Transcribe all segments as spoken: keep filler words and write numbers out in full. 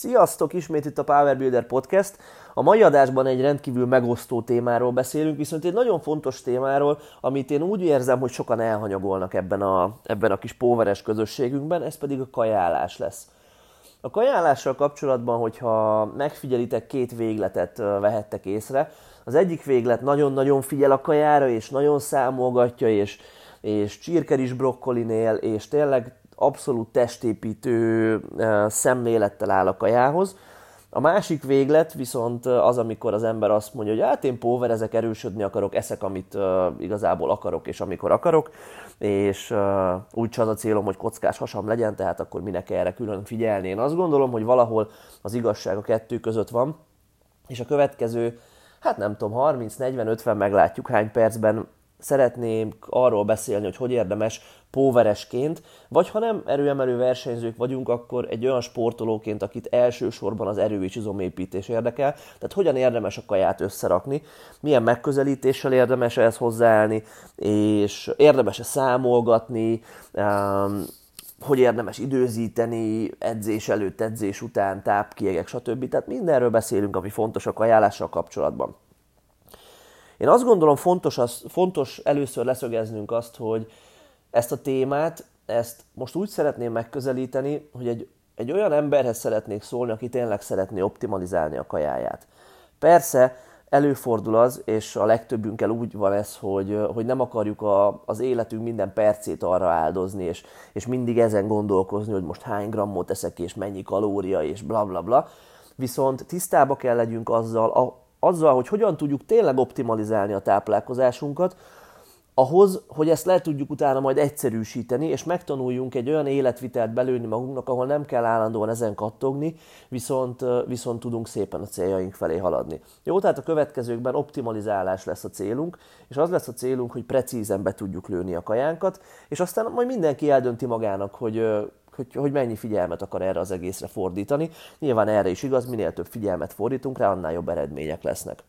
Sziasztok! Ismét itt a Power Builder Podcast. A mai adásban egy rendkívül megosztó témáról beszélünk, viszont egy nagyon fontos témáról, amit én úgy érzem, hogy sokan elhanyagolnak ebben a, ebben a kis póveres közösségünkben, ez pedig a kajálás lesz. A kajálással kapcsolatban, hogyha megfigyelitek, két végletet vehettek észre. Az egyik véglet nagyon-nagyon figyel a kajára, és nagyon számolgatja, és, és csirkeris brokkolinél, és tényleg abszolút testépítő szemlélettel áll a kajához. A másik véglet viszont az, amikor az ember azt mondja, hogy hát én póverezek, erősödni akarok, eszek, amit uh, igazából akarok, és amikor akarok, és uh, úgy csak az a célom, hogy kockás hasam legyen, tehát akkor minek erre külön figyelni. Én azt gondolom, hogy valahol az igazság a kettő között van, és a következő, hát nem tudom, harminc, negyven, ötven, meglátjuk hány percben szeretném arról beszélni, hogy hogy érdemes póveresként, vagy ha nem erőemelő versenyzők vagyunk, akkor egy olyan sportolóként, akit elsősorban az erő és izomépítés érdekel, tehát hogyan érdemes a kaját összerakni, milyen megközelítéssel érdemes ehhez hozzáállni, és érdemes-e számolgatni, um, hogy érdemes időzíteni, edzés előtt, edzés után, tápkiegek, stb. Tehát mindenről beszélünk, ami fontos a kajálással kapcsolatban. Én azt gondolom, fontos, az, fontos először leszögeznünk azt, hogy ezt a témát, ezt most úgy szeretném megközelíteni, hogy egy, egy olyan emberhez szeretnék szólni, aki tényleg szeretné optimalizálni a kajáját. Persze előfordul az, és a legtöbbünkkel úgy van ez, hogy, hogy nem akarjuk a, az életünk minden percét arra áldozni, és, és mindig ezen gondolkozni, hogy most hány grammot eszek, és mennyi kalória, és bla bla bla. Viszont tisztába kell legyünk azzal, a, azzal, hogy hogyan tudjuk tényleg optimalizálni a táplálkozásunkat, ahhoz, hogy ezt le tudjuk utána majd egyszerűsíteni, és megtanuljunk egy olyan életvitelt belőni magunknak, ahol nem kell állandóan ezen kattogni, viszont, viszont tudunk szépen a céljaink felé haladni. Jó, tehát a következőkben optimalizálás lesz a célunk, és az lesz a célunk, hogy precízen be tudjuk lőni a kajánkat, és aztán majd mindenki eldönti magának, hogy, hogy, hogy mennyi figyelmet akar erre az egészre fordítani. Nyilván erre is igaz, minél több figyelmet fordítunk rá, annál jobb eredmények lesznek.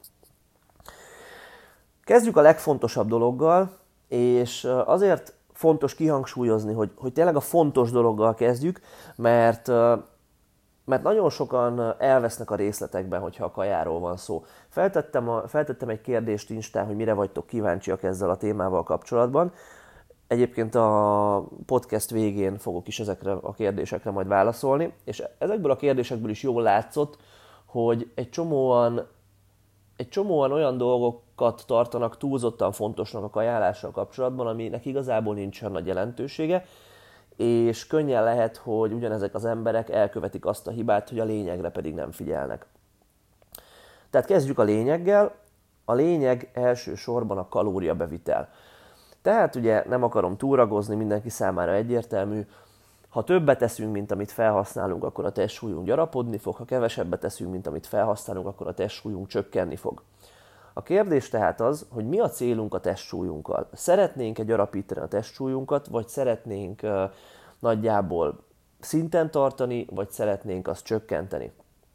Kezdjük a legfontosabb dologgal, és azért fontos kihangsúlyozni, hogy, hogy tényleg a fontos dologgal kezdjük, mert, mert nagyon sokan elvesznek a részletekben, hogyha a kajáról van szó. Feltettem, a, feltettem egy kérdést Instán, hogy mire vagytok kíváncsiak ezzel a témával kapcsolatban. Egyébként a podcast végén fogok is ezekre a kérdésekre majd válaszolni, és ezekből a kérdésekből is jól látszott, hogy egy csomóan Egy csomóan olyan dolgokat tartanak túlzottan fontosnak a kajálással kapcsolatban, aminek igazából nincsen nagy jelentősége, és könnyen lehet, hogy ugyanezek az emberek elkövetik azt a hibát, hogy a lényegre pedig nem figyelnek. Tehát kezdjük a lényeggel. A lényeg elsősorban a kalóriabevitel. Tehát ugye nem akarom túragozni, mindenki számára egyértelmű, ha többet teszünk, mint amit felhasználunk, akkor a testsúlyunk gyarapodni fog, ha kevesebbet teszünk, mint amit felhasználunk, akkor a testsúlyunk csökkenni fog. A kérdés tehát az, hogy mi a célunk a testsúlyunkkal. Szeretnénk-e gyarapítani a testsúlyunkat, vagy szeretnénk uh, nagyjából szinten tartani, vagy szeretnénk azt csökkenteni.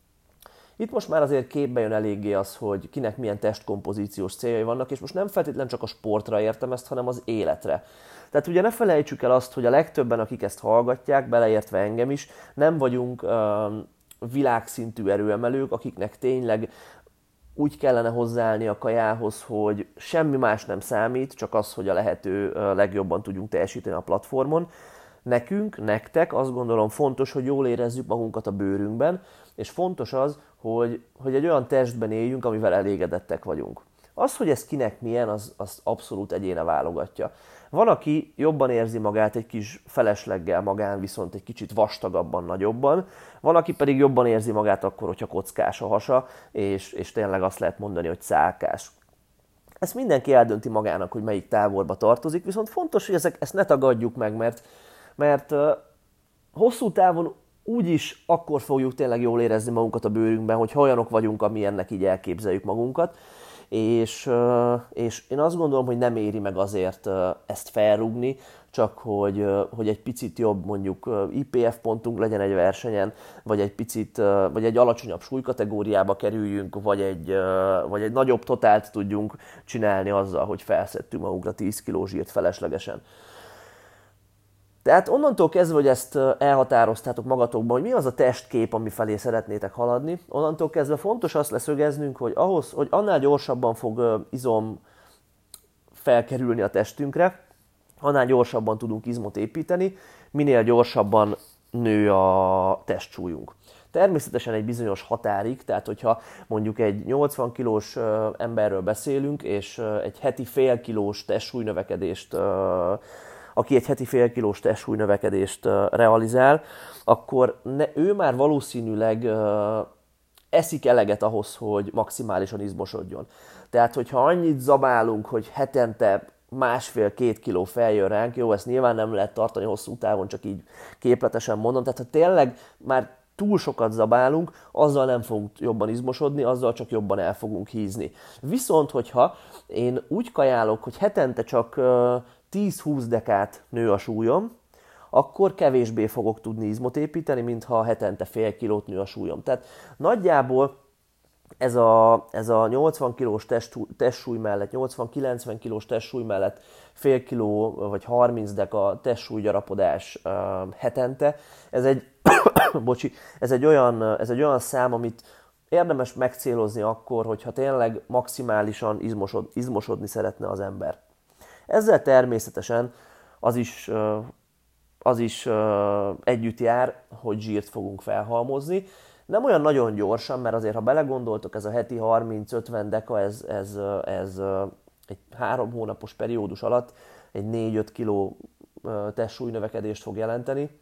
Itt most már azért képbe jön eléggé az, hogy kinek milyen testkompozíciós céljai vannak, és most nem feltétlenül csak a sportra értem ezt, hanem az életre. Tehát ugye ne felejtsük el azt, hogy a legtöbben, akik ezt hallgatják, beleértve engem is, nem vagyunk uh, világszintű erőemelők, akiknek tényleg úgy kellene hozzáállni a kajához, hogy semmi más nem számít, csak az, hogy a lehető uh, legjobban tudjunk teljesíteni a platformon. Nekünk, nektek azt gondolom fontos, hogy jól érezzük magunkat a bőrünkben, és fontos az, hogy, hogy egy olyan testben éljünk, amivel elégedettek vagyunk. Az, hogy ez kinek milyen, az, az abszolút egyéne válogatja. Van, aki jobban érzi magát egy kis felesleggel magán, viszont egy kicsit vastagabban, nagyobban. Van, aki pedig jobban érzi magát akkor, hogyha kockás a hasa, és, és tényleg azt lehet mondani, hogy szálkás. Ezt mindenki eldönti magának, hogy melyik táborba tartozik, viszont fontos, hogy ezek, ezt ne tagadjuk meg, mert, mert uh, hosszú távon úgyis akkor fogjuk tényleg jól érezni magunkat a bőrünkben, hogy olyanok vagyunk, amilyennek így elképzeljük magunkat. És, és én azt gondolom, hogy nem éri meg azért ezt felrúgni, csak hogy, hogy egy picit jobb mondjuk i pé ef pontunk legyen egy versenyen, vagy egy picit, vagy egy alacsonyabb súlykategóriába kerüljünk, vagy egy, vagy egy nagyobb totált tudjunk csinálni azzal, hogy felszedtünk magunkra tíz kiló zsírt feleslegesen. Tehát onnantól kezdve, hogy ezt elhatároztátok magatokban, hogy mi az a testkép, ami felé szeretnétek haladni, onnantól kezdve fontos azt leszögeznünk, hogy ahhoz, hogy annál gyorsabban fog izom felkerülni a testünkre, annál gyorsabban tudunk izmot építeni, minél gyorsabban nő a testsúlyunk. Természetesen egy bizonyos határig, tehát hogyha mondjuk egy nyolcvan kilós emberről beszélünk, és egy heti fél kilós testsúlynövekedést, aki egy heti fél kilós testsúlynövekedést realizál, akkor ne, ő már valószínűleg eszik eleget ahhoz, hogy maximálisan izmosodjon. Tehát, hogyha annyit zabálunk, hogy hetente másfél-két kiló feljön ránk, jó, ezt nyilván nem lehet tartani hosszú távon, csak így képletesen mondom, tehát ha tényleg már túl sokat zabálunk, azzal nem fogunk jobban izmosodni, azzal csak jobban el fogunk hízni. Viszont, hogyha én úgy kajálok, hogy hetente csak tíz-húsz dekát nő a súlyom, akkor kevésbé fogok tudni izmot építeni, mintha hetente fél kilót nő a súlyom. Tehát nagyjából ez a, ez a nyolcvan kilós testsúly mellett, nyolcvan-kilencven kilós testsúly mellett fél kiló vagy harminc deka testsúlygyarapodás uh, hetente, ez egy, bocsi, ez egy olyan, ez egy olyan szám, amit érdemes megcélozni akkor, hogyha tényleg maximálisan izmosod, izmosodni szeretne az ember. Ezzel természetesen az is, az is együtt jár, hogy zsírt fogunk felhalmozni. Nem olyan nagyon gyorsan, mert azért, ha belegondoltok, ez a heti harminc-ötven deka, ez, ez, ez egy három hónapos periódus alatt egy négy-öt kiló testsúlynövekedést fog jelenteni.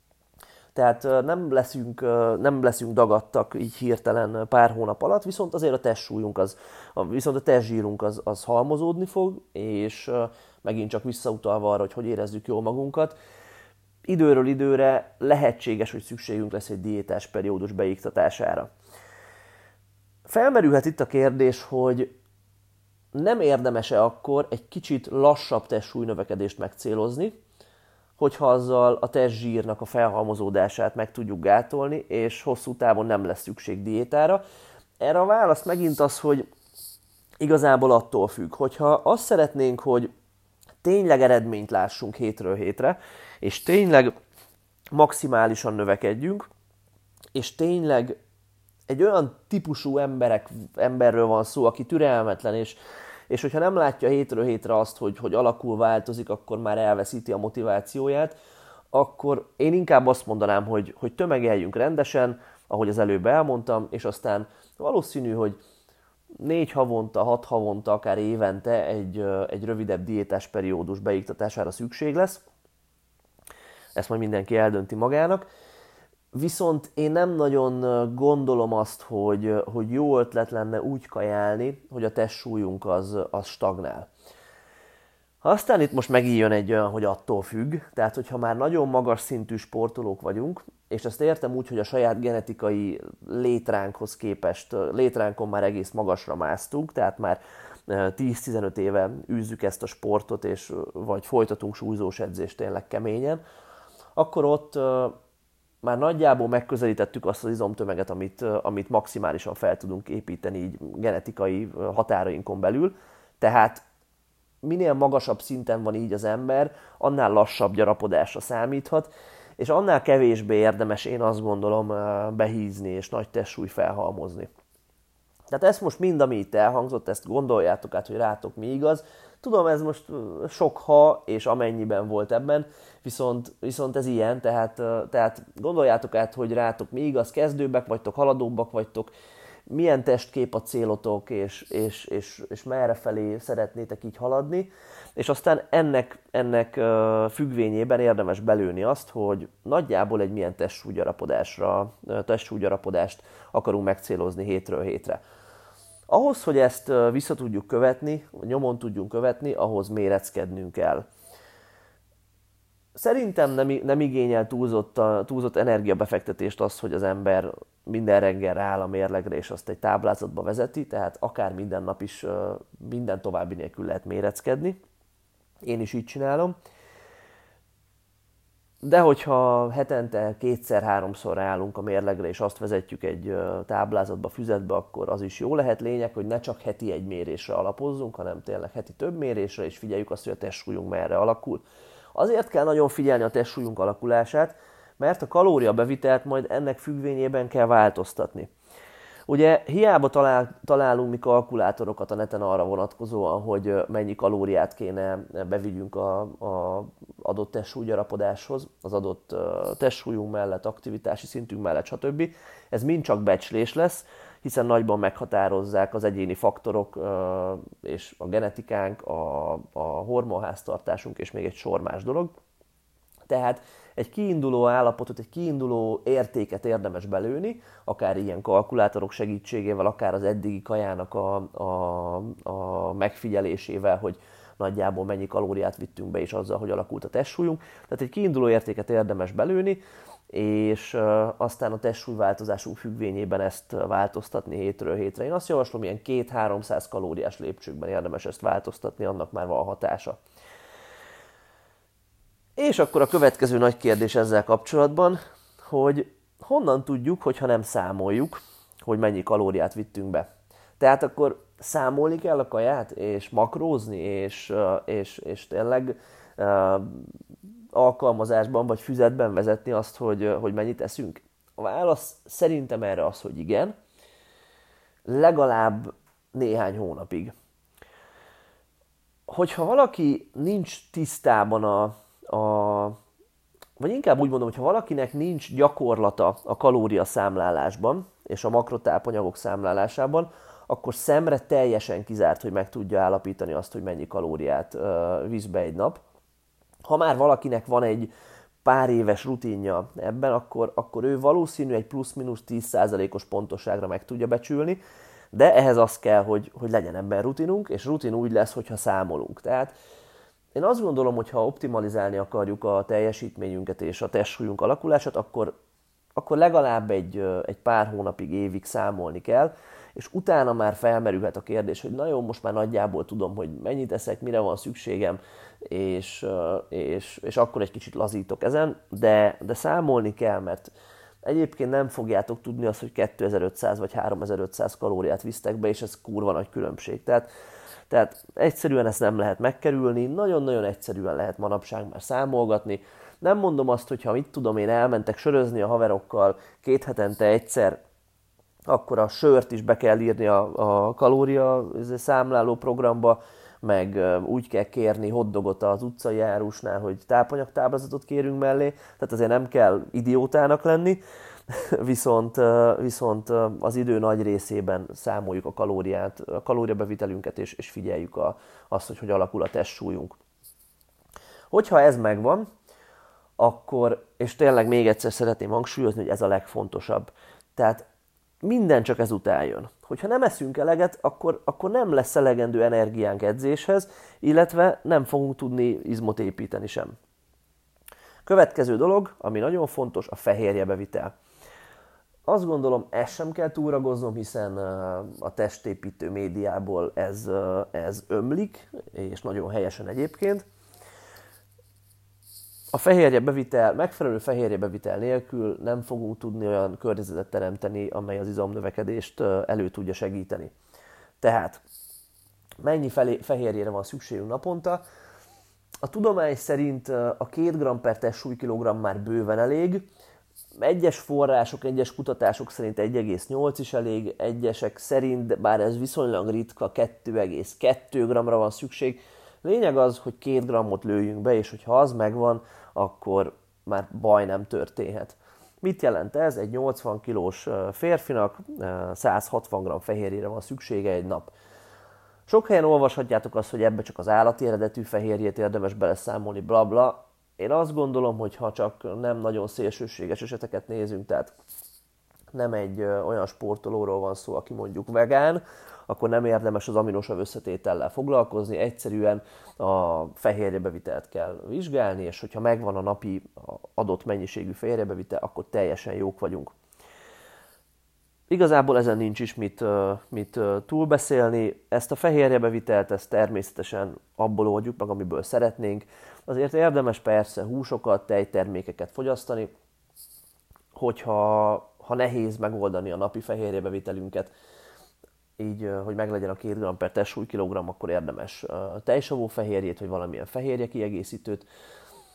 Tehát nem leszünk, nem leszünk dagadtak így hirtelen pár hónap alatt, viszont azért a testsúlyunk, az, viszont a testzsírunk az, az halmozódni fog, és megint csak visszautalva arra, hogy hogy érezzük jól magunkat. Időről időre lehetséges, hogy szükségünk lesz egy diétás periódus beiktatására. Felmerülhet itt a kérdés, hogy nem érdemes-e akkor egy kicsit lassabb testsúlynövekedést megcélozni, hogyha azzal a testzsírnak a felhalmozódását meg tudjuk gátolni, és hosszú távon nem lesz szükség diétára. Erre a válasz megint az, hogy igazából attól függ, hogyha azt szeretnénk, hogy tényleg eredményt lássunk hétről hétre, és tényleg maximálisan növekedjünk, és tényleg egy olyan típusú emberek, emberről van szó, aki türelmetlen, és, és hogyha nem látja hétről hétre azt, hogy, hogy alakul, változik, akkor már elveszíti a motivációját, akkor én inkább azt mondanám, hogy, hogy tömegeljünk rendesen, ahogy az előbb elmondtam, és aztán valószínű, hogy négy havonta, hat havonta, akár évente egy, egy rövidebb diétás periódus beiktatására szükség lesz. Ezt majd mindenki eldönti magának. Viszont én nem nagyon gondolom azt, hogy, hogy jó ötlet lenne úgy kajálni, hogy a testsúlyunk az, az stagnál. Aztán itt most megint jön egy olyan, hogy attól függ, tehát hogyha már nagyon magas szintű sportolók vagyunk, és ezt értem úgy, hogy a saját genetikai létránkhoz képest, létránkon már egész magasra másztunk, tehát már tíz-tizenöt éve űzzük ezt a sportot, és vagy folytatunk súlyzós edzést tényleg keményen, akkor ott már nagyjából megközelítettük azt az izomtömeget, amit, amit maximálisan fel tudunk építeni így genetikai határainkon belül, tehát minél magasabb szinten van így az ember, annál lassabb gyarapodásra számíthat, és annál kevésbé érdemes, én azt gondolom, behízni és nagy testsúly felhalmozni. Tehát ezt most mind, ami itt elhangzott, ezt gondoljátok át, hogy rátok mi igaz. Tudom, ez most sok ha és amennyiben volt ebben, viszont, viszont ez ilyen, tehát, tehát gondoljátok át, hogy rátok mi igaz, kezdőbbek vagytok, haladóbbak vagytok, milyen testkép a célotok, és, és, és, és merre felé szeretnétek így haladni, és aztán ennek, ennek függvényében érdemes belőni azt, hogy nagyjából egy milyen testsúlygyarapodásra, testsúlygyarapodást akarunk megcélozni hétről hétre. Ahhoz, hogy ezt vissza tudjuk követni, nyomon tudjunk követni, ahhoz méreckednünk kell. Szerintem nem, nem igényel túlzott, túlzott energiabefektetést az, hogy az ember minden reggel rááll a mérlegre, és azt egy táblázatba vezeti, tehát akár minden nap is minden további nélkül lehet méreckedni. Én is így csinálom. De hogyha hetente kétszer-háromszor ráállunk a mérlegre, és azt vezetjük egy táblázatba, füzetbe, akkor az is jó lehet. Lényeg, hogy ne csak heti egy mérésre alapozzunk, hanem tényleg heti több mérésre, és figyeljük azt, hogy a testsúlyunk merre alakul. Azért kell nagyon figyelni a testsúlyunk alakulását, mert a kalóriabevitelt majd ennek függvényében kell változtatni. Ugye hiába talál, találunk mi kalkulátorokat a neten arra vonatkozóan, hogy mennyi kalóriát kéne bevigyünk a, a adott testsúlygyarapodáshoz, az adott testsúlyunk mellett, aktivitási szintünk mellett, stb. Ez mind csak becslés lesz, hiszen nagyban meghatározzák az egyéni faktorok és a genetikánk, a, a hormonháztartásunk és még egy sor más dolog. Tehát egy kiinduló állapotot, egy kiinduló értéket érdemes belőni, akár ilyen kalkulátorok segítségével, akár az eddigi kajának a, a, a megfigyelésével, hogy nagyjából mennyi kalóriát vittünk be, és azzal, hogy alakult a testsúlyunk. Tehát egy kiinduló értéket érdemes belőni, és aztán a testsúlyváltozásunk függvényében ezt változtatni hétről hétre. Én azt javaslom, ilyen kétszáz-háromszáz kalóriás lépcsőkben érdemes ezt változtatni, annak már van hatása. És akkor a következő nagy kérdés ezzel kapcsolatban, hogy honnan tudjuk, hogyha nem számoljuk, hogy mennyi kalóriát vittünk be. Tehát akkor számolni kell a kaját, és makrózni, és, és, és tényleg uh, alkalmazásban vagy füzetben vezetni azt, hogy, hogy mennyit eszünk? A válasz szerintem erre az, hogy igen, legalább néhány hónapig. Hogyha valaki nincs tisztában a, a vagy inkább úgy mondom, hogyha valakinek nincs gyakorlata a kalóriaszámlálásban és a makrotápanyagok számlálásában, akkor szemre teljesen kizárt, hogy meg tudja állapítani azt, hogy mennyi kalóriát uh, visz be egy nap. Ha már valakinek van egy pár éves rutinja ebben, akkor, akkor ő valószínű egy plusz-minusz tíz százalékos pontosságra meg tudja becsülni, de ehhez az kell, hogy, hogy legyen ebben rutinunk, és rutin úgy lesz, hogyha számolunk. Tehát én azt gondolom, hogy ha optimalizálni akarjuk a teljesítményünket és a testsúlyunk alakulását, akkor, akkor legalább egy, egy pár hónapig, évig számolni kell, és utána már felmerülhet a kérdés, hogy na jó, most már nagyjából tudom, hogy mennyit eszek, mire van szükségem, és, és, és akkor egy kicsit lazítok ezen, de, de számolni kell, mert egyébként nem fogjátok tudni azt, hogy kétezer-ötszáz vagy háromezer-ötszáz kalóriát visztek be, és ez kurva nagy különbség. Tehát, tehát egyszerűen ezt nem lehet megkerülni, nagyon-nagyon egyszerűen lehet manapság már számolgatni. Nem mondom azt, hogy ha mit tudom én, elmentek sörözni a haverokkal két hetente egyszer, akkor a sört is be kell írni a, a kalória számláló programba, meg úgy kell kérni hotdogot az utcai árusnál, hogy tápanyagtáblázatot kérünk mellé, tehát azért nem kell idiótának lenni, viszont, viszont az idő nagy részében számoljuk a kalóriát, a kalóriabevitelünket, és, és figyeljük a, azt, hogy hogy alakul a testsúlyunk. Hogyha ez megvan, akkor, és tényleg még egyszer szeretném hangsúlyozni, hogy ez a legfontosabb. Tehát minden csak ezután jön. Hogyha nem eszünk eleget, akkor, akkor nem lesz elegendő energiánk edzéshez, illetve nem fogunk tudni izmot építeni sem. Következő dolog, ami nagyon fontos, a fehérjebevitel. Azt gondolom, ezt sem kell túragoznom, hiszen a testépítő médiából ez, ez ömlik, és nagyon helyesen egyébként. A fehérjebevitel, megfelelő fehérjebevitel nélkül nem fogunk tudni olyan környezetet teremteni, amely az izomnövekedést elő tudja segíteni. Tehát mennyi fehérjére van szükségünk naponta? A tudomány szerint a két gramm per testsúlykilogramm már bőven elég. Egyes források, egyes kutatások szerint egy egész nyolc is elég, egyesek szerint, bár ez viszonylag ritka, kettő egész kettő grammra van szükség. Lényeg az, hogy két grammot lőjünk be, és hogyha az megvan, akkor már baj nem történhet. Mit jelent ez? Egy nyolcvan kilós férfinak száz hatvan gramm fehérjére van szüksége egy nap. Sok helyen olvashatjátok azt, hogy ebbe csak az állati eredetű fehérjét érdemes beleszámolni, bla bla. Én azt gondolom, hogy ha csak nem nagyon szélsőséges eseteket nézünk, tehát nem egy olyan sportolóról van szó, aki mondjuk vegán, akkor nem érdemes az aminosav összetétellel foglalkozni, egyszerűen a fehérjebevitelt kell vizsgálni, és hogyha megvan a napi adott mennyiségű fehérjebevitel, akkor teljesen jók vagyunk. Igazából ezen nincs is mit, mit túlbeszélni. Ezt a fehérjebevitelt, ezt természetesen abból oldjuk meg, amiből szeretnénk. Azért érdemes persze húsokat, tejtermékeket fogyasztani, hogyha ha nehéz megoldani a napi fehérjebevitelünket, így, hogy meglegyen a két gramm per testsúlykilogramm, akkor érdemes tejsavó fehérjét, vagy valamilyen fehérje kiegészítőt.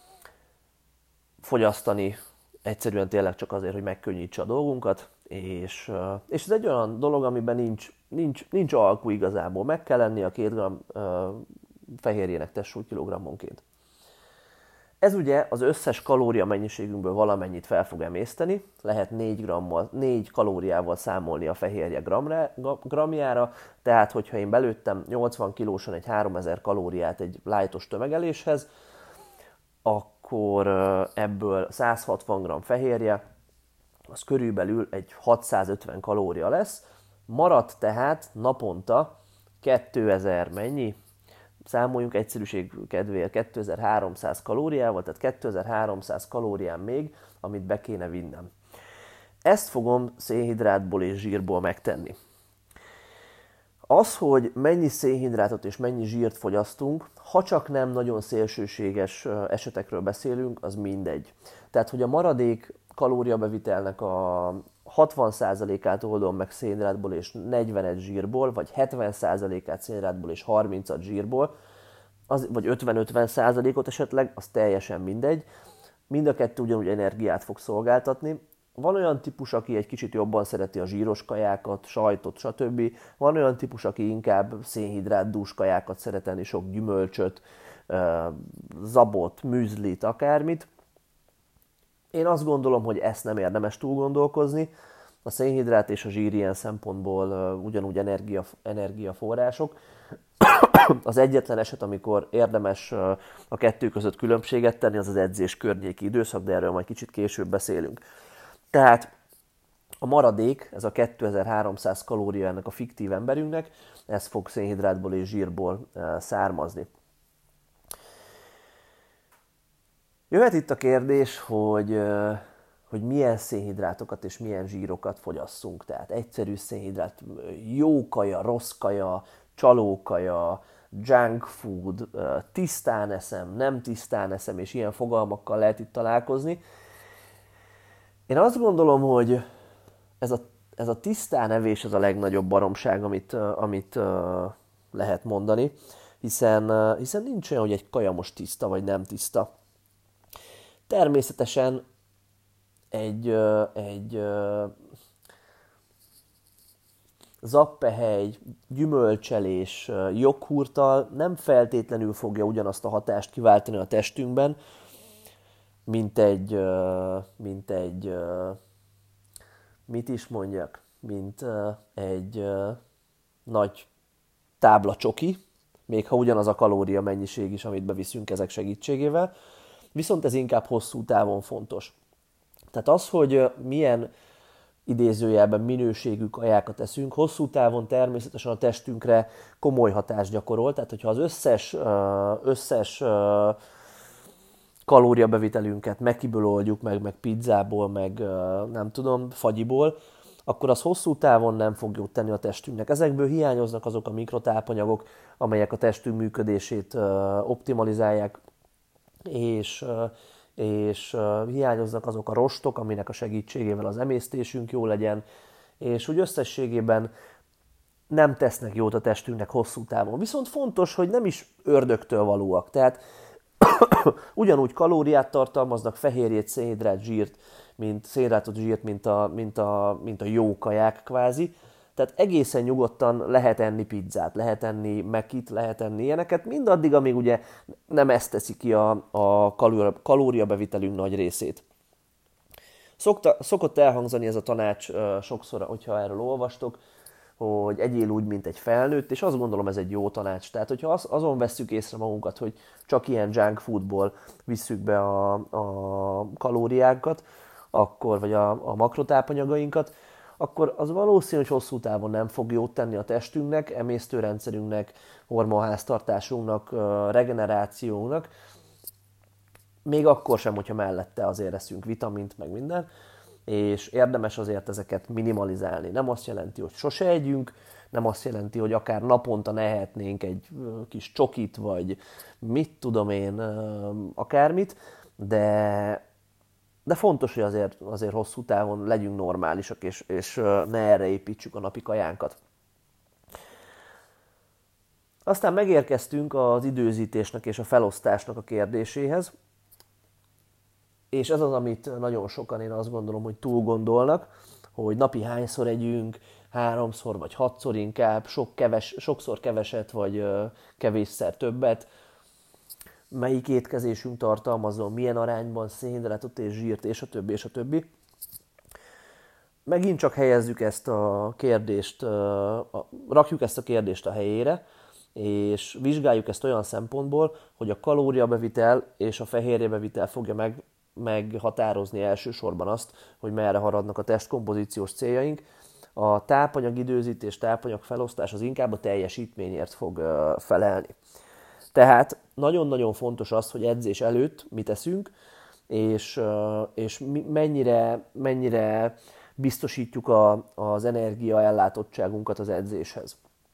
fogyasztani egyszerűen tényleg csak azért, hogy megkönnyítse a dolgunkat, és, és ez egy olyan dolog, amiben nincs, nincs, nincs alkú igazából. Meg kell lenni a két gram fehérjének testsúly kilogrammonként. Ez ugye az összes kalória mennyiségünkből valamennyit fel fog emészteni, lehet négy, grammal, négy kalóriával számolni a fehérje gramra, gramjára, tehát hogyha én belőttem nyolcvan kilósan egy háromezer kalóriát egy lightos tömegeléshez, akkor ebből száz hatvan gramm fehérje, az körülbelül egy hatszázötven kalória lesz, maradt tehát naponta kétezer mennyi? Számoljunk egyszerűség kedvéért kétezer-háromszáz kalóriával, tehát kétezer-háromszáz kalórián még, amit be kéne vinnem. Ezt fogom szénhidrátból és zsírból megtenni. Az, hogy mennyi szénhidrátot és mennyi zsírt fogyasztunk, ha csak nem nagyon szélsőséges esetekről beszélünk, az mindegy. Tehát, hogy a maradék kalóriabevitelnek a hatvan százalékát oldom meg szénhidrátból és negyvenet zsírból, vagy hetven százalékát szénhidrátból és harmincat zsírból, az, vagy ötven-ötven százalékot esetleg, az teljesen mindegy. Mind a kettő ugyanúgy energiát fog szolgáltatni. Van olyan típus, aki egy kicsit jobban szereti a zsíros kajákat, sajtot, stb. Van olyan típus, aki inkább szénhidrátdús kajákat szeret enni, sok gyümölcsöt, zabot, műzlit, akármit. Én azt gondolom, hogy ezt nem érdemes túl gondolkozni. A szénhidrát és a zsír ilyen szempontból ugyanúgy energia, energiaforrások. Az egyetlen eset, amikor érdemes a kettő között különbséget tenni, az az edzés környéki időszak, de erről majd kicsit később beszélünk. Tehát a maradék, ez a kétezer-háromszáz kalória ennek a fiktív emberünknek, ez fog szénhidrátból és zsírból származni. Jöhet itt a kérdés, hogy, hogy milyen szénhidrátokat és milyen zsírokat fogyasszunk. Tehát egyszerű szénhidrát, jó kaja, rossz kaja, csalókaja, junk food, tisztán eszem, nem tisztán eszem, és ilyen fogalmakkal lehet itt találkozni. Én azt gondolom, hogy ez a, ez a tisztán evés az a legnagyobb baromság, amit, amit lehet mondani, hiszen, hiszen nincs olyan, hogy egy kaja most tiszta vagy nem tiszta. Természetesen egy, egy zappehely, gyümölcselés, joghurttal nem feltétlenül fogja ugyanazt a hatást kiváltani a testünkben, mint egy, mint egy, mit is mondjak, mint egy nagy tábla csoki, még ha ugyanaz a kalória mennyiség is, amit beviszünk ezek segítségével, viszont ez inkább hosszú távon fontos. Tehát az, hogy milyen idézőjelben minőségű kajákat eszünk, hosszú távon természetesen a testünkre komoly hatást gyakorol, tehát hogyha az összes, összes kalóriabevitelünket Mekiből oldjuk meg, meg pizzából, meg nem tudom, fagyiból, akkor az hosszú távon nem fog jót tenni a testünknek. Ezekből hiányoznak azok a mikrotápanyagok, amelyek a testünk működését optimalizálják, és, és hiányoznak azok a rostok, aminek a segítségével az emésztésünk jó legyen, és úgy összességében nem tesznek jót a testünknek hosszú távon. Viszont fontos, hogy nem is ördögtől valóak. Tehát ugyanúgy kalóriát tartalmaznak, fehérjét, szénhidrát, zsírt, mint szénhidrátot, zsírt, mint a, mint, a, mint a jó kaják kvázi. Tehát egészen nyugodtan lehet enni pizzát, lehet enni mekit, lehet enni ilyeneket, mindaddig, amíg ugye nem ezt teszi ki a, a kalóriabevitelünk nagy részét. Szokta, szokott elhangzani ez a tanács uh, sokszor, hogyha erről olvastok, hogy egyél úgy, mint egy felnőtt, és azt gondolom, ez egy jó tanács. Tehát, hogyha az, azon vesszük észre magunkat, hogy csak ilyen junk foodból visszük be a, a kalóriákat, akkor, vagy a, a makrotápanyagainkat, akkor az valószínű, hogy hosszú távon nem fog jót tenni a testünknek, emésztőrendszerünknek, hormonháztartásunknak, regenerációnknak, még akkor sem, hogyha mellette azért eszünk vitamint, meg minden, és érdemes azért ezeket minimalizálni. Nem azt jelenti, hogy sose együnk, nem azt jelenti, hogy akár naponta ne ehetnénk egy kis csokit, vagy mit tudom én, akármit, de, de fontos, hogy azért, azért hosszú távon legyünk normálisak, és, és ne erre építsük a napi kajánkat. Aztán megérkeztünk az időzítésnek és a felosztásnak a kérdéséhez. és ez az, amit nagyon sokan én azt gondolom, hogy túl gondolnak, hogy napi hányszor együnk, háromszor vagy hatszor inkább, sok keves, sokszor keveset vagy kevésszer többet, melyik étkezésünk tartalmazza, milyen arányban szénhidratot és zsírt, és a többi, és a többi. Megint csak helyezzük ezt a kérdést, rakjuk ezt a kérdést a helyére, és vizsgáljuk ezt olyan szempontból, hogy a kalóriabevitel és a fehérjebevitel fogja meg, meghatározni elsősorban azt, hogy merre haradnak a testkompozíciós céljaink. A tápanyag időzítés, tápanyag felosztás az inkább a teljesítményért fog felelni. Tehát nagyon-nagyon fontos az, hogy edzés előtt mit eszünk, és, és mennyire, mennyire biztosítjuk a, az energiaellátottságunkat az edzéshez.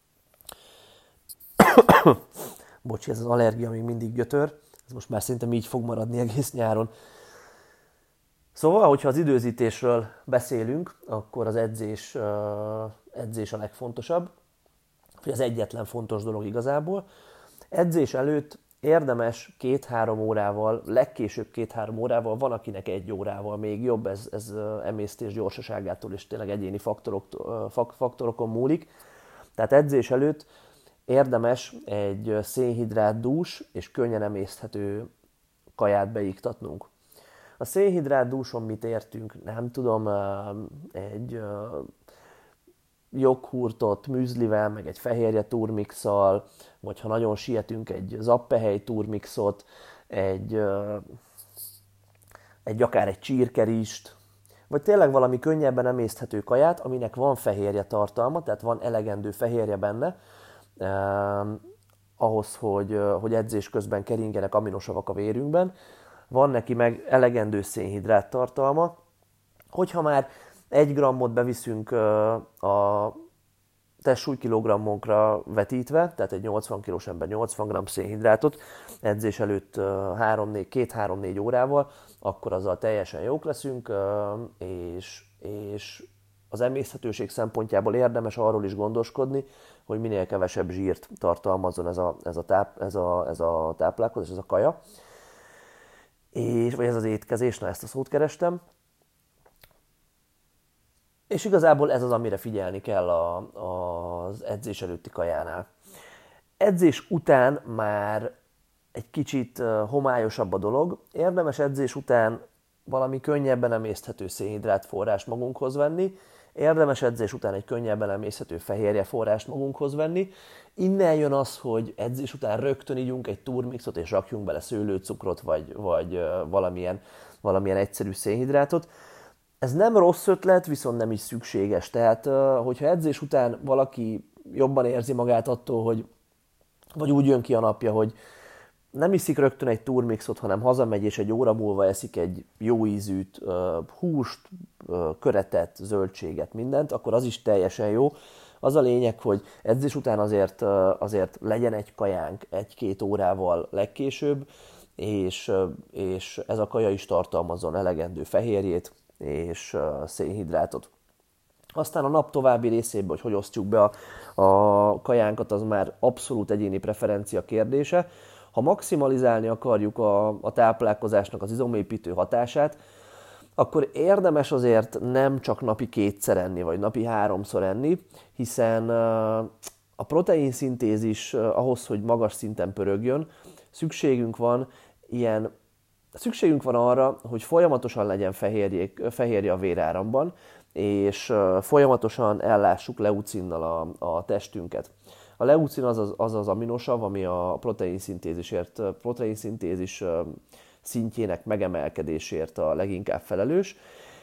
Bocsi, ez az allergia még mindig gyötör, ez most már szerintem így fog maradni egész nyáron. Szóval, hogyha az időzítésről beszélünk, akkor az edzés, edzés a legfontosabb, vagy az egyetlen fontos dolog igazából. Edzés előtt érdemes két-három órával, legkésőbb két-három órával, van akinek egy órával még jobb, ez, ez emésztés gyorsaságától és tényleg egyéni faktorok, faktorokon múlik. Tehát edzés előtt érdemes egy szénhidrát dús és könnyen emészthető kaját beiktatnunk. A szénhidrát dúson mit értünk? Nem tudom, egy joghurtot műzlivel, meg egy fehérje turmixal, vagy ha nagyon sietünk, egy zappehely turmixot, egy, egy akár egy csirkerist, vagy tényleg valami könnyebben emészthető kaját, aminek van fehérje tartalma, tehát van elegendő fehérje benne, eh, ahhoz, hogy, hogy edzés közben keringenek aminosavak a vérünkben, van neki meg elegendő szénhidrát tartalma. Hogyha már egy grammot beviszünk a testsúlykilogrammunkra vetítve, tehát egy nyolcvan kilós ember nyolcvan gramm szénhidrátot edzés előtt két-három-négy órával, akkor azzal teljesen jók leszünk, és, és az emészthetőség szempontjából érdemes arról is gondoskodni, hogy minél kevesebb zsírt tartalmazzon ez a, ez a, táp, ez a, ez a táplálkozás, ez a kaja, és, vagy ez az étkezés, na ezt a szót kerestem. És igazából ez az, amire figyelni kell a, az edzés előtti kajánál. Edzés után már egy kicsit homályosabb a dolog. Érdemes edzés után valami könnyebben emészthető szénhidrát forrást magunkhoz venni, érdemes edzés után egy könnyebben emészthető fehérje forrást magunkhoz venni. Innen jön az, hogy edzés után rögtön ígyunk egy turmixot és rakjunk bele szőlőcukrot, vagy, vagy valamilyen, valamilyen egyszerű szénhidrátot. Ez nem rossz ötlet, viszont nem is szükséges. Tehát, hogyha edzés után valaki jobban érzi magát attól, hogy vagy úgy jön ki a napja, hogy nem iszik rögtön egy turmixot, hanem hazamegy és egy óra múlva eszik egy jó ízűt, húst, köretet, zöldséget, mindent, akkor az is teljesen jó. Az a lényeg, hogy edzés után azért, azért legyen egy kajánk egy-két órával legkésőbb, és, és ez a kaja is tartalmazzon elegendő fehérjét és szénhidrátot. Aztán a nap további részében, hogy hogy osztjuk be a, a kajánkat, az már abszolút egyéni preferencia kérdése. Ha maximalizálni akarjuk a, a táplálkozásnak az izomépítő hatását, akkor érdemes azért nem csak napi kétszer enni, vagy napi háromszor enni, hiszen a proteinszintézis ahhoz, hogy magas szinten pörögjön, szükségünk van ilyen Szükségünk van arra, hogy folyamatosan legyen fehérje, fehérje a véráramban, és folyamatosan ellássuk leucinnal a, a testünket. A leucin az az, az az aminosav, ami a proteinszintézisért, proteinszintézis szintjének megemelkedésért a leginkább felelős,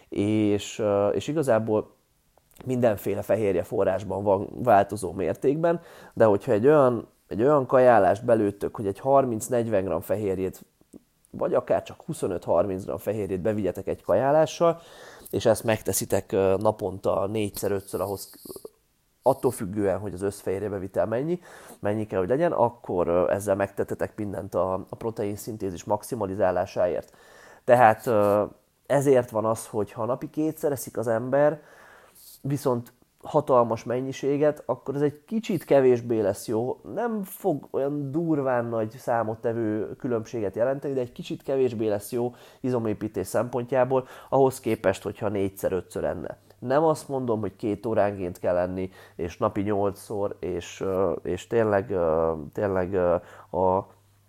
és, és igazából mindenféle fehérje forrásban van változó mértékben, de hogyha egy olyan, egy olyan kajálást belőttök, hogy egy harminc-negyven gramm fehérjét vagy akár csak huszonöt-harminc gramm fehérjét bevigyetek egy kajálással, és ezt megteszitek naponta négyszer-ötször, ahhoz attól függően, hogy az összfehérjebevitel mennyi, mennyi kell, hogy legyen, akkor ezzel megtettetek mindent a, a proteinszintézis maximalizálásáért. Tehát ezért van az, hogy ha napi kétszer eszik az ember, viszont hatalmas mennyiséget, akkor ez egy kicsit kevésbé lesz jó. Nem fog olyan durván nagy számottevő különbséget jelenteni, de egy kicsit kevésbé lesz jó izomépítés szempontjából, ahhoz képest, hogyha négyszer, ötször enne. Nem azt mondom, hogy két óránként kell enni, és napi nyolcszor, és, és tényleg, tényleg a,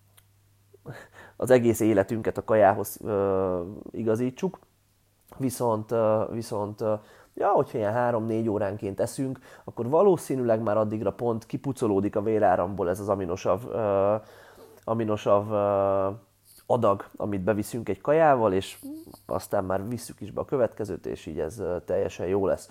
az egész életünket a kajához igazítsuk, viszont, viszont ja, hogyha ilyen három-négy óránként eszünk, akkor valószínűleg már addigra pont kipucolódik a véráramból ez az aminosav, uh, aminosav uh, adag, amit beviszünk egy kajával, és aztán már visszük is be a következőt, és így ez uh, teljesen jó lesz.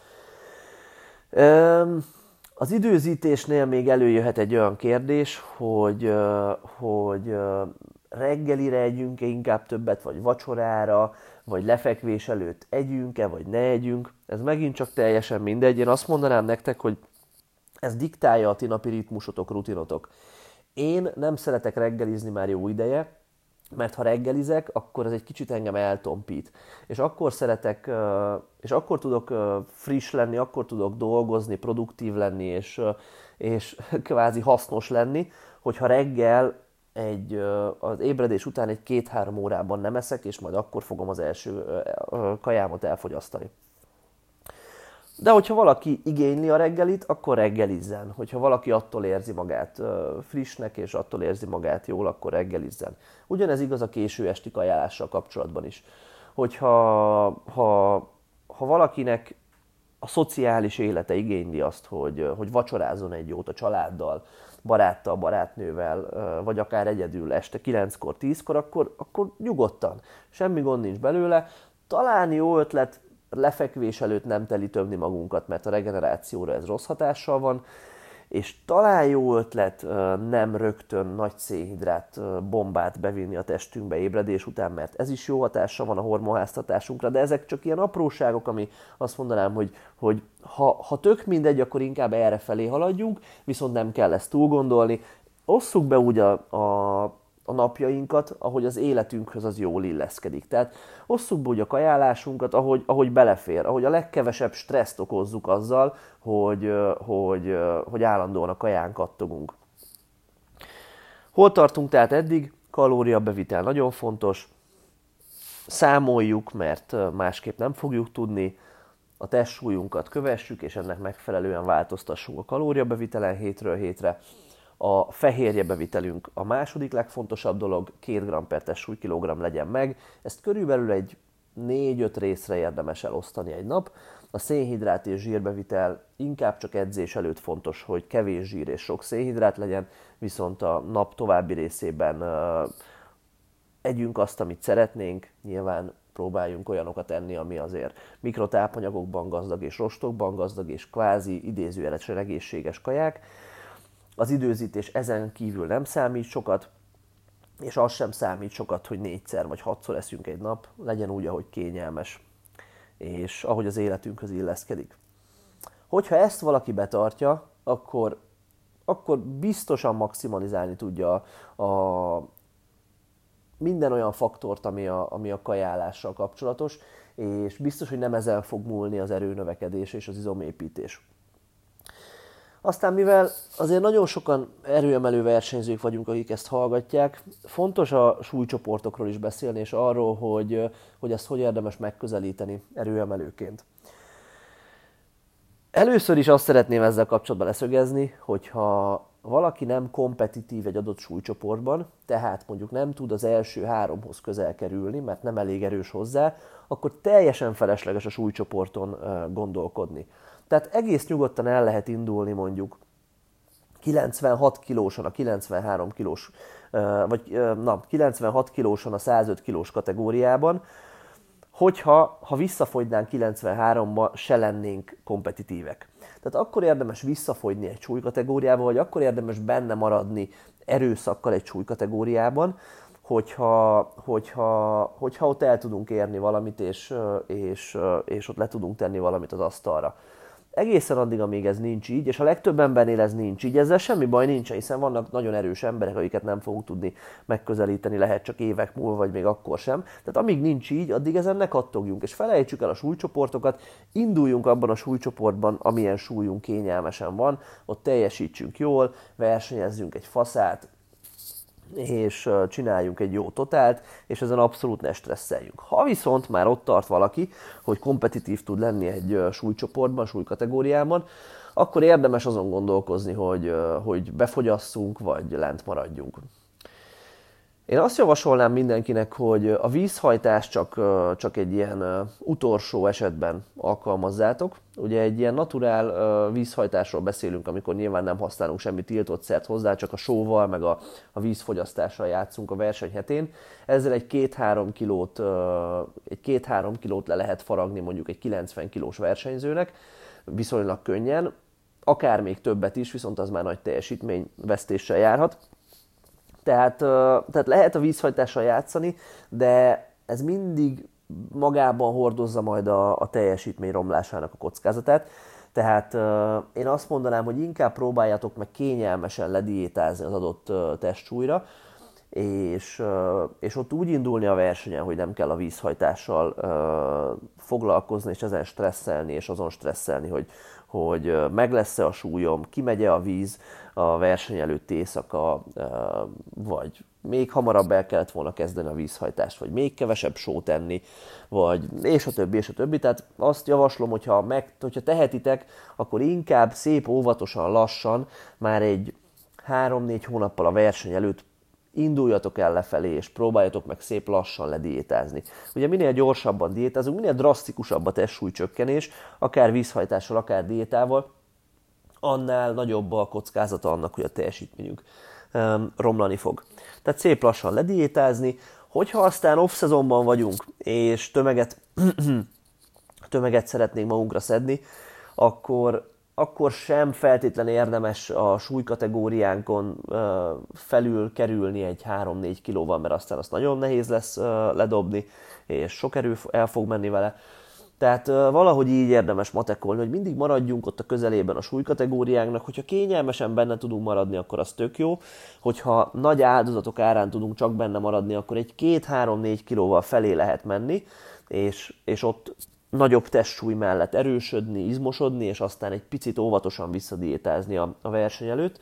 Um, az időzítésnél még előjöhet egy olyan kérdés, hogy, uh, hogy uh, reggelire együnk-e inkább többet, vagy vacsorára, vagy lefekvés előtt együnk-e, vagy ne együnk. Ez megint csak teljesen mindegy. Én azt mondanám nektek, hogy ez diktálja a ti napi ritmusotok, rutinotok. Én nem szeretek reggelizni már jó ideje, mert ha reggelizek, akkor ez egy kicsit engem eltompít. És akkor szeretek, és akkor tudok friss lenni, akkor tudok dolgozni, produktív lenni, és, és kvázi hasznos lenni, hogyha reggel egy, az ébredés után egy két-három órában nem eszek, és majd akkor fogom az első kajámat elfogyasztani. De hogyha valaki igényli a reggelit, akkor reggelizzen. Hogyha valaki attól érzi magát frissnek, és attól érzi magát jól, akkor reggelizzen. Ugyanez igaz a késő esti kajálással kapcsolatban is. Hogyha ha, ha valakinek a szociális élete igényli azt, hogy, hogy vacsorázzon egy jót a családdal, baráttal, barátnővel, vagy akár egyedül este kilenckor, tízkor, akkor, akkor nyugodtan. Semmi gond nincs belőle. Talán jó ötlet lefekvés előtt nem telítőbni magunkat, mert a regenerációra ez rossz hatással van, és talán jó ötlet nem rögtön nagy szénhidrát bombát bevinni a testünkbe ébredés után, mert ez is jó hatással van a hormonháztatásunkra, de ezek csak ilyen apróságok, ami azt mondanám, hogy, hogy ha, ha tök mindegy, akkor inkább erre felé haladjunk, viszont nem kell ezt túl gondolni. Osszuk be úgy a, a, a napjainkat, ahogy az életünkhöz az jól illeszkedik. Tehát osszuk be úgy a kajálásunkat, ahogy, ahogy belefér, ahogy a legkevesebb stresszt okozzuk azzal, hogy, hogy, hogy állandóan a kaján kattogunk. Hol tartunk tehát eddig? Kalóriabevitel nagyon fontos. Számoljuk, mert másképp nem fogjuk tudni. A testsúlyunkat kövessük, és ennek megfelelően változtassunk a kalóriabevitelen hétről hétre. A fehérjebevitelünk a második legfontosabb dolog, két gramm per testsúlykilogramm legyen meg. Ezt körülbelül egy négy-öt részre érdemes elosztani egy nap. A szénhidrát és zsírbevitel inkább csak edzés előtt fontos, hogy kevés zsír és sok szénhidrát legyen, viszont a nap további részében uh, együnk azt, amit szeretnénk, nyilván próbáljunk olyanokat enni, ami azért mikrotápanyagokban gazdag és rostokban gazdag, és kvázi idézőjelesen egészséges kaják. Az időzítés ezen kívül nem számít sokat, és az sem számít sokat, hogy négyszer vagy hatszor eszünk egy nap, legyen úgy, ahogy kényelmes, és ahogy az életünkhöz illeszkedik. Hogyha ezt valaki betartja, akkor, akkor biztosan maximalizálni tudja a, a minden olyan faktort, ami a, ami a kajálással kapcsolatos, és biztos, hogy nem ezen fog múlni az erőnövekedés és az izomépítés. Aztán mivel azért nagyon sokan erőemelő versenyzők vagyunk, akik ezt hallgatják, fontos a súlycsoportokról is beszélni, és arról, hogy, hogy ezt hogy érdemes megközelíteni erőemelőként. Először is azt szeretném ezzel kapcsolatban leszögezni, hogyha valaki nem kompetitív egy adott súlycsoportban, tehát mondjuk nem tud az első háromhoz közel kerülni, mert nem elég erős hozzá, akkor teljesen felesleges a súlycsoporton gondolkodni. Tehát egész nyugodtan el lehet indulni mondjuk kilencvenhat kilóson a kilencvenhárom kilós, vagy na, kilencvenhat kilóson a százöt kilós kategóriában, hogyha ha visszafogynánk kilencvenháromba, se lennénk kompetitívek. Tehát akkor érdemes visszafogyni egy súlykategóriában, vagy akkor érdemes benne maradni erőszakkal egy súlykategóriában, hogyha, hogyha, hogyha ott el tudunk érni valamit, és, és, és ott le tudunk tenni valamit az asztalra. Egészen addig, amíg ez nincs így, és a legtöbb embernél ez nincs így, ezzel semmi baj nincs, hiszen vannak nagyon erős emberek, akiket nem fogunk tudni megközelíteni, lehet csak évek múlva, vagy még akkor sem. Tehát amíg nincs így, addig ezen ne kattogjunk, és felejtsük el a súlycsoportokat, induljunk abban a súlycsoportban, amilyen súlyunk kényelmesen van, ott teljesítsünk jól, versenyezzünk egy faszát, és csináljunk egy jó totált, és ezen abszolút ne stresszeljünk. Ha viszont már ott tart valaki, hogy kompetitív tud lenni egy súlycsoportban, súlykategóriában, akkor érdemes azon gondolkozni, hogy, hogy befogyasszunk, vagy lent maradjunk. Én azt javasolnám mindenkinek, hogy a vízhajtást csak, csak egy ilyen utolsó esetben alkalmazzátok. Ugye egy ilyen naturál vízhajtásról beszélünk, amikor nyilván nem használunk semmi tiltott szert hozzá, csak a sóval, meg a, a vízfogyasztással játszunk a verseny hetén. Ezzel egy két-három kilót, egy két-három kilót le lehet faragni mondjuk egy kilencven kilós versenyzőnek, viszonylag könnyen, akár még többet is, viszont az már nagy teljesítményvesztéssel járhat. Tehát, tehát lehet a vízhajtással játszani, de ez mindig magában hordozza majd a, a teljesítmény romlásának a kockázatát. Tehát én azt mondanám, hogy inkább próbáljátok meg kényelmesen lediétázni az adott testsúlyra, és, és ott úgy indulni a versenyen, hogy nem kell a vízhajtással foglalkozni, és ezen stresszelni, és azon stresszelni, hogy, hogy meg lesz-e a súlyom, kimegy-e a víz a verseny előtti éjszaka, vagy még hamarabb el kellett volna kezdeni a vízhajtást, vagy még kevesebb sót enni, vagy és a többi, és a többi. Tehát azt javaslom, hogyha, meg, hogyha tehetitek, akkor inkább szép óvatosan, lassan, már egy három-négy hónappal a verseny előtt induljatok el lefelé, és próbáljatok meg szép lassan lediétázni. Ugye minél gyorsabban diétázunk, minél drasztikusabb a testsúlycsökkenés, akár vízhajtással, akár diétával, annál nagyobb a kockázata annak, hogy a teljesítményünk um, romlani fog. Tehát szép lassan lediétázni, hogyha aztán off-szezonban vagyunk, és tömeget, tömeget szeretnénk magunkra szedni, akkor, akkor sem feltétlenül érdemes a súlykategóriánkon uh, felül kerülni egy három-négy kilóval, mert aztán azt nagyon nehéz lesz uh, ledobni, és sok erő el fog menni vele. Tehát uh, valahogy így érdemes matekolni, hogy mindig maradjunk ott a közelében a súlykategóriánknak, hogyha kényelmesen benne tudunk maradni, akkor az tök jó, hogyha nagy áldozatok árán tudunk csak benne maradni, akkor egy két-három-négy kilóval felé lehet menni, és, és ott nagyobb testsúly mellett erősödni, izmosodni, és aztán egy picit óvatosan visszadiétázni a, a verseny előtt.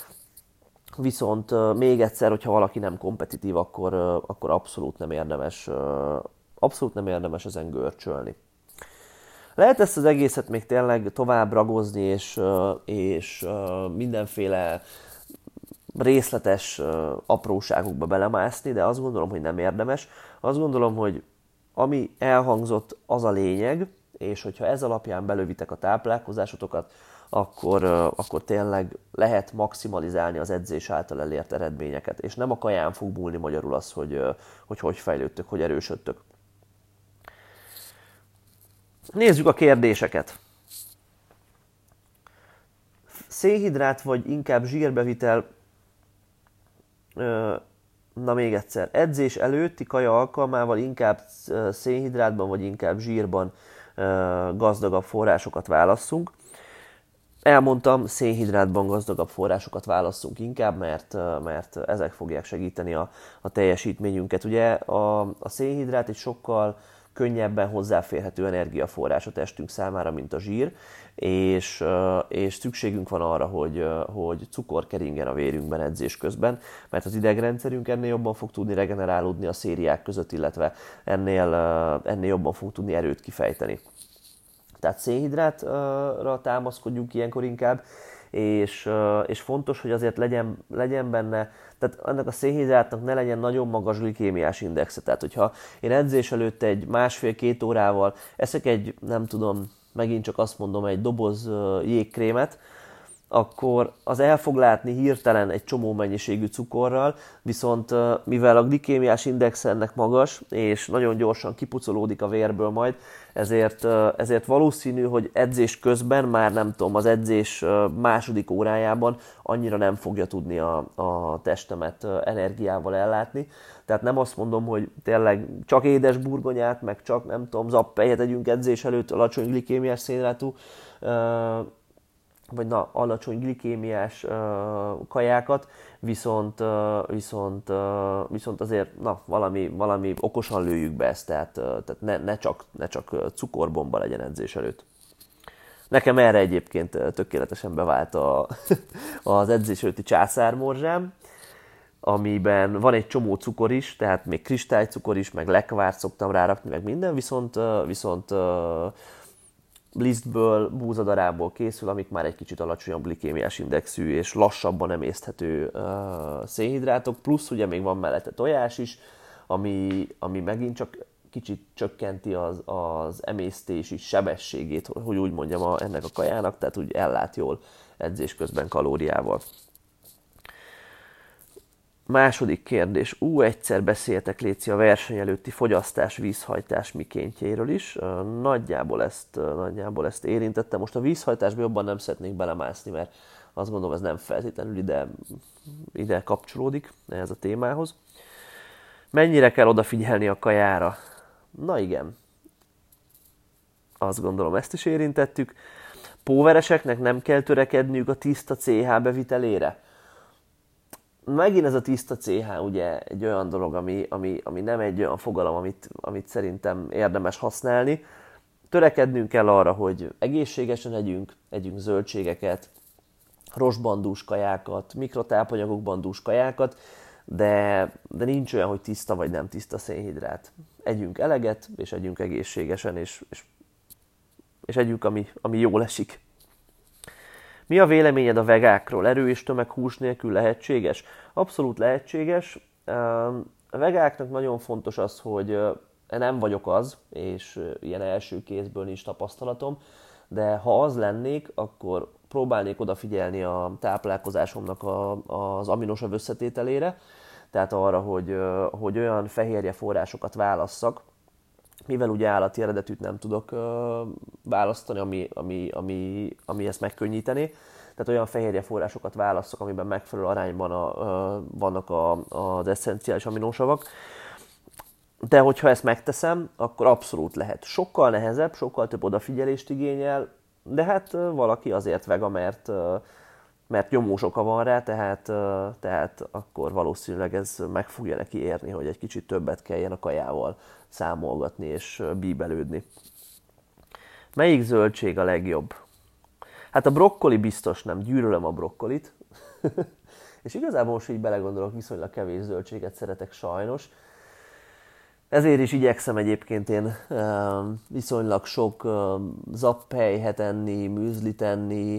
Viszont uh, még egyszer, hogyha valaki nem kompetitív, akkor, uh, akkor abszolút nem érdemes, uh, abszolút nem érdemes ezen görcsölni. Lehet ezt az egészet még tényleg tovább ragozni, és, és mindenféle részletes apróságokba belemászni, de azt gondolom, hogy nem érdemes. Azt gondolom, hogy ami elhangzott, az a lényeg, és hogyha ez alapján belövitek a táplálkozásotokat, akkor, akkor tényleg lehet maximalizálni az edzés által elért eredményeket, és nem a kaján fog múlni magyarul az, hogy hogy, hogy fejlődtök, hogy erősödtök. Nézzük a kérdéseket. Szénhidrát vagy inkább zsírbevitel? Na még egyszer. Edzés előtti kaja alkalmával inkább szénhidrátban vagy inkább zsírban gazdagabb forrásokat válasszunk. Elmondtam, szénhidrátban gazdagabb forrásokat válasszunk inkább, mert, mert ezek fogják segíteni a, a teljesítményünket. Ugye a, a szénhidrát egy sokkal könnyebben hozzáférhető energiaforrás a testünk számára, mint a zsír, és, és szükségünk van arra, hogy, hogy cukor keringjen a vérünkben edzés közben, mert az idegrendszerünk ennél jobban fog tudni regenerálódni a szériák között, illetve ennél, ennél jobban fog tudni erőt kifejteni. Tehát szénhidrátra támaszkodjunk ilyenkor inkább, és, és fontos, hogy azért legyen, legyen benne, tehát ennek a szénhidrátnak ne legyen nagyon magas glikémiás indexe. Tehát, hogyha én edzés előtt egy másfél-két órával eszek egy, nem tudom, megint csak azt mondom, egy doboz jégkrémet, akkor az el fog látni hirtelen egy csomó mennyiségű cukorral, viszont mivel a glikémiás index ennek magas, és nagyon gyorsan kipucolódik a vérből majd, ezért, ezért valószínű, hogy edzés közben, már nem tudom, az edzés második órájában annyira nem fogja tudni a, a testemet energiával ellátni. Tehát nem azt mondom, hogy tényleg csak édes burgonyát, meg csak nem tudom, zappelyet együnk edzés előtt, alacsony glikémiás szénhidrátú, vagy na, alacsony glikémiás uh, kajákat, viszont, uh, viszont, uh, viszont azért na, valami, valami okosan lőjük be ezt, tehát, uh, tehát ne, ne, csak, ne csak cukorbomba legyen edzés előtt. Nekem erre egyébként tökéletesen bevált a, az edzés előtti császármorzsám, amiben van egy csomó cukor is, tehát még kristálycukor is, meg lekvárt szoktam rárakni, meg minden, viszont, uh, viszont uh, lisztből, búzadarából készül, amik már egy kicsit alacsonyabb glikémiás indexű és lassabban emészthető uh, szénhidrátok, plusz ugye még van mellette tojás is, ami, ami megint csak kicsit csökkenti az, az emésztési sebességét, hogy úgy mondjam, a, ennek a kajának, tehát úgy ellát jól edzés közben kalóriával. Második kérdés. Ú, egyszer beszéltek, Léci, a verseny előtti fogyasztás, vízhajtás mikéntjeiről is. Nagyjából ezt, nagyjából ezt érintettem. Most a vízhajtásba jobban nem szeretnék belemászni, mert azt gondolom, ez nem feltétlenül ide, ide kapcsolódik ehhez a témához. Mennyire kell odafigyelni a kajára? Na igen. Azt gondolom, ezt is érintettük. Póvereseknek nem kell törekedniük a tiszta cé há bevitelére? Megint ez a tiszta cé há ugye egy olyan dolog, ami, ami, ami nem egy olyan fogalom, amit, amit szerintem érdemes használni. Törekednünk kell arra, hogy egészségesen együnk, együnk zöldségeket, rostbandús kajákat, mikrotápanyagokban dús kajákat, de, de nincs olyan, hogy tiszta vagy nem tiszta szénhidrát. Együnk eleget, és együnk egészségesen, és, és, és együnk, ami, ami jól esik. Mi a véleményed a vegákról? Erő és tömeg hús nélkül lehetséges? Abszolút lehetséges. A vegáknak nagyon fontos az, hogy nem vagyok az, és ilyen első kézből nincs tapasztalatom, de ha az lennék, akkor próbálnék odafigyelni a táplálkozásomnak a, az aminosav összetételére, tehát arra, hogy, hogy olyan fehérje forrásokat válasszak, mivel ugye állati eredetűt nem tudok uh, választani, ami, ami, ami, ami ezt megkönnyíteni. Tehát olyan fehérje forrásokat választok, amiben megfelelő arányban a, uh, vannak a, az esszenciális aminósavak. De hogyha ezt megteszem, akkor abszolút lehet. Sokkal nehezebb, sokkal több odafigyelést igényel, de hát uh, valaki azért vega, mert, uh, mert nyomós oka van rá, tehát, uh, tehát akkor valószínűleg ez meg fogja neki érni, hogy egy kicsit többet kelljen a kajával számolgatni és bíbelődni. Melyik zöldség a legjobb? Hát a brokkoli biztos nem, gyűlölöm a brokkolit. És igazából most így belegondolok, viszonylag kevés zöldséget szeretek sajnos. Ezért is igyekszem egyébként én viszonylag sok zappelyhet enni, műzlit enni,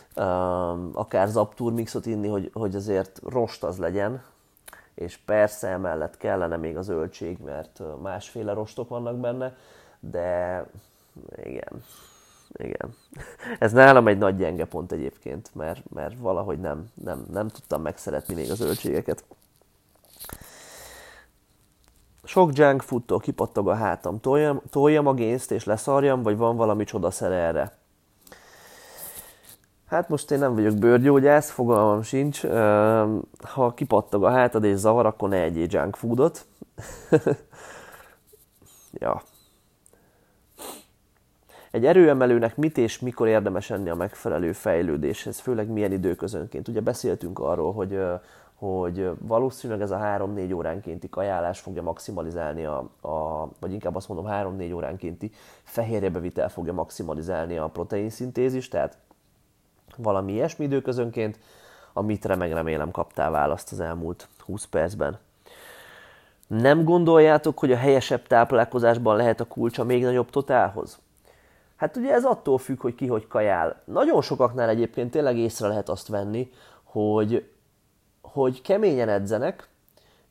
akár zapturmixot inni, hogy, hogy azért rost az legyen. És persze emellett kellene még a zöldség, mert másféle rostok vannak benne, de igen, igen. Ez nálam egy nagy gyenge pont egyébként, mert, mert valahogy nem, nem, nem tudtam megszeretni még a zöldségeket. Sok junk foodtól kipattog a hátam. Toljam, toljam a génszt és leszarjam, vagy van valami csodaszer erre? Hát most én nem vagyok bőrgyógyász, fogalmam sincs. Ha kipattog a hátad és zavar, akkor ne egyél junk foodot. Ja. Egy erőemelőnek mit és mikor érdemes enni a megfelelő fejlődéshez, főleg milyen időközönként? Ugye beszéltünk arról, hogy, hogy valószínűleg ez a három-négy óránkénti kajálás fogja maximalizálni, a, a, vagy inkább azt mondom, három-négy óránkénti fehérjebevitel fogja maximalizálni a proteinszintézist, tehát valami ilyesmi időközönként, amit remeg remélem kaptál választ az elmúlt húsz percben. Nem gondoljátok, hogy a helyesebb táplálkozásban lehet a kulcsa még nagyobb totálhoz? Hát ugye ez attól függ, hogy ki hogy kajál. Nagyon sokaknál egyébként tényleg észre lehet azt venni, hogy, hogy keményen edzenek,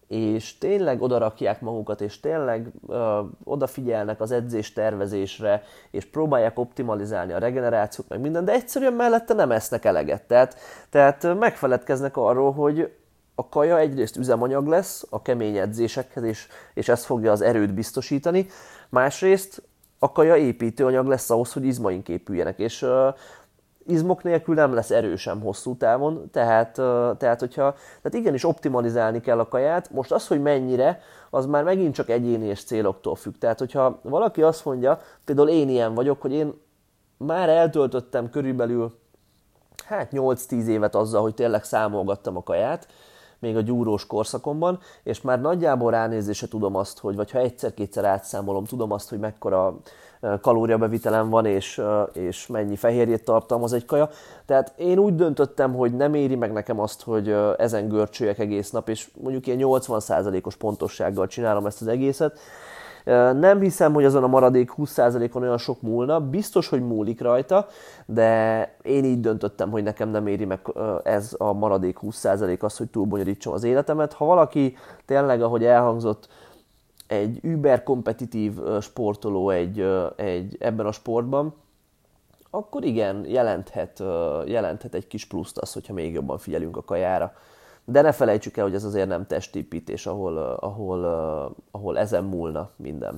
és tényleg odarakják magukat, és tényleg ö, odafigyelnek az edzés tervezésre, és próbálják optimalizálni a regenerációt, meg minden, de egyszerűen mellette nem esznek eleget. Tehát, tehát megfeledkeznek arról, hogy a kaja egyrészt üzemanyag lesz a kemény edzésekhez, és, és ez fogja az erőt biztosítani, másrészt a kaja építőanyag lesz ahhoz, hogy izmaink épüljenek, és ö, izmok nélkül nem lesz erő sem hosszú távon, tehát, tehát, hogyha, tehát igenis optimalizálni kell a kaját. Most az, hogy mennyire, az már megint csak egyéni és céloktól függ. Tehát, hogyha valaki azt mondja, például én ilyen vagyok, hogy én már eltöltöttem körülbelül hát nyolc-tíz évet azzal, hogy tényleg számolgattam a kaját, még a gyúrós korszakomban, és már nagyjából ránézése tudom azt, hogy, vagy ha egyszer-kétszer átszámolom, tudom azt, hogy mekkora kalóriabevitelem van, és, és mennyi fehérjét tartalmaz egy kaja. Tehát én úgy döntöttem, hogy nem éri meg nekem azt, hogy ezen görcsöljek egész nap, és mondjuk ilyen nyolcvan százalékos pontossággal csinálom ezt az egészet. Nem hiszem, hogy azon a maradék húsz százalékon olyan sok múlna, biztos, hogy múlik rajta, de én így döntöttem, hogy nekem nem éri meg ez a maradék húsz százalék az, hogy túlbonyolítsam az életemet. Ha valaki tényleg, ahogy elhangzott, egy über kompetitív sportoló egy, egy, ebben a sportban, akkor igen, jelenthet, jelenthet egy kis pluszt az, hogyha még jobban figyelünk a kajára. De ne felejtsük el, hogy ez azért nem testépítés, ahol, ahol, ahol ezen múlna minden.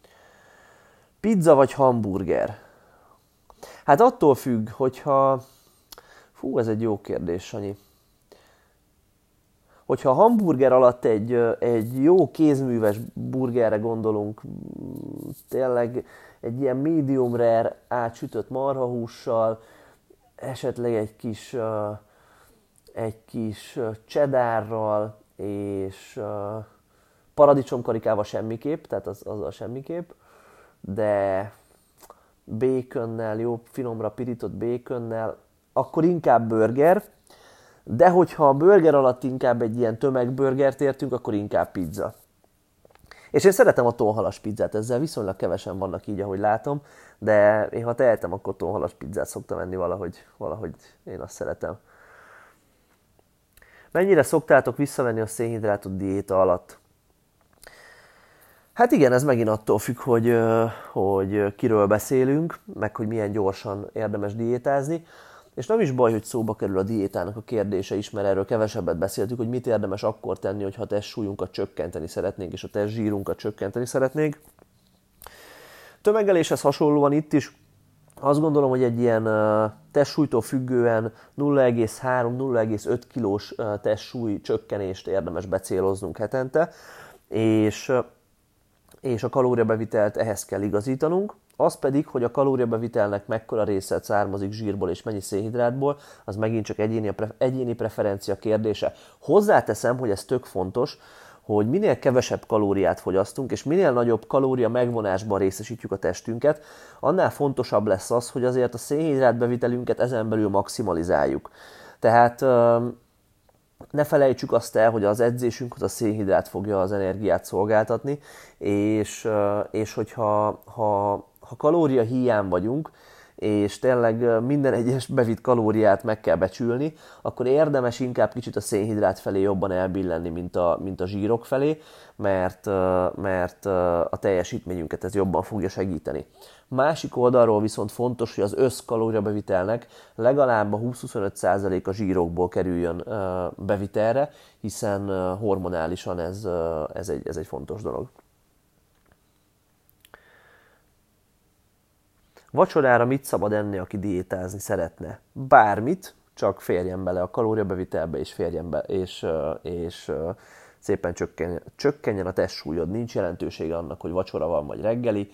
Pizza vagy hamburger? Hát attól függ, hogyha... Fú, ez egy jó kérdés, Sanyi. Hogyha a hamburger alatt egy, egy jó kézműves burgerre gondolunk, tényleg egy ilyen medium rare átsütött marhahússal, esetleg egy kis, egy kis cheddarral és paradicsomkarikával semmiképp, tehát az, azzal semmiképp, de baconnel, jó finomra pirított baconnel, akkor inkább burger. De hogyha a burger alatt inkább egy ilyen tömegburgert értünk, akkor inkább pizza. És én szeretem a tonhalas pizzát, ezzel viszonylag kevesen vannak így, ahogy látom, de én ha tehetem, akkor tonhalas pizzát szoktam enni valahogy, valahogy én azt szeretem. Mennyire szoktátok visszavenni a szénhidrátot diéta alatt? Hát igen, ez megint attól függ, hogy, hogy kiről beszélünk, meg hogy milyen gyorsan érdemes diétázni. És nem is baj, hogy szóba kerül a diétának a kérdése is, mert erről kevesebbet beszéltük, hogy mit érdemes akkor tenni, hogyha a testsúlyunkat csökkenteni szeretnénk, és a testzsírunkat csökkenteni szeretnénk. Tömegeléshez hasonlóan itt is azt gondolom, hogy egy ilyen testsúlytól függően nulla egész három - nulla egész öt kilós testsúly csökkenést érdemes becéloznunk hetente, és, és a kalóriabevitelt ehhez kell igazítanunk. Az pedig, hogy a kalóriabevitelnek mekkora része származik zsírból és mennyi szénhidrátból, az megint csak egyéni, egyéni preferencia kérdése. Hozzáteszem, hogy ez tök fontos, hogy minél kevesebb kalóriát fogyasztunk, és minél nagyobb kalória megvonásban részesítjük a testünket, annál fontosabb lesz az, hogy azért a szénhidrátbevitelünket ezen belül maximalizáljuk. Tehát ne felejtsük azt el, hogy az edzésünkhoz a szénhidrát fogja az energiát szolgáltatni, és, és hogyha ha, ha kalória hiány vagyunk, és tényleg minden egyes bevitt kalóriát meg kell becsülni, akkor érdemes inkább kicsit a szénhidrát felé jobban elbillenni, mint a, mint a zsírok felé, mert, mert a teljesítményünket ez jobban fogja segíteni. Másik oldalról viszont fontos, hogy az összkalóriabevitelnek legalább a húsz-huszonöt százalék a zsírokból kerüljön bevitelre, hiszen hormonálisan ez, ez, egy, ez egy fontos dolog. Vacsorára mit szabad enni, aki diétázni szeretne? Bármit, csak férjen bele a kalóriabevitelbe, és férjen be, és, és szépen csökkenjen, csökkenjen a testsúlyod. Nincs jelentősége annak, hogy vacsora van, vagy reggeli.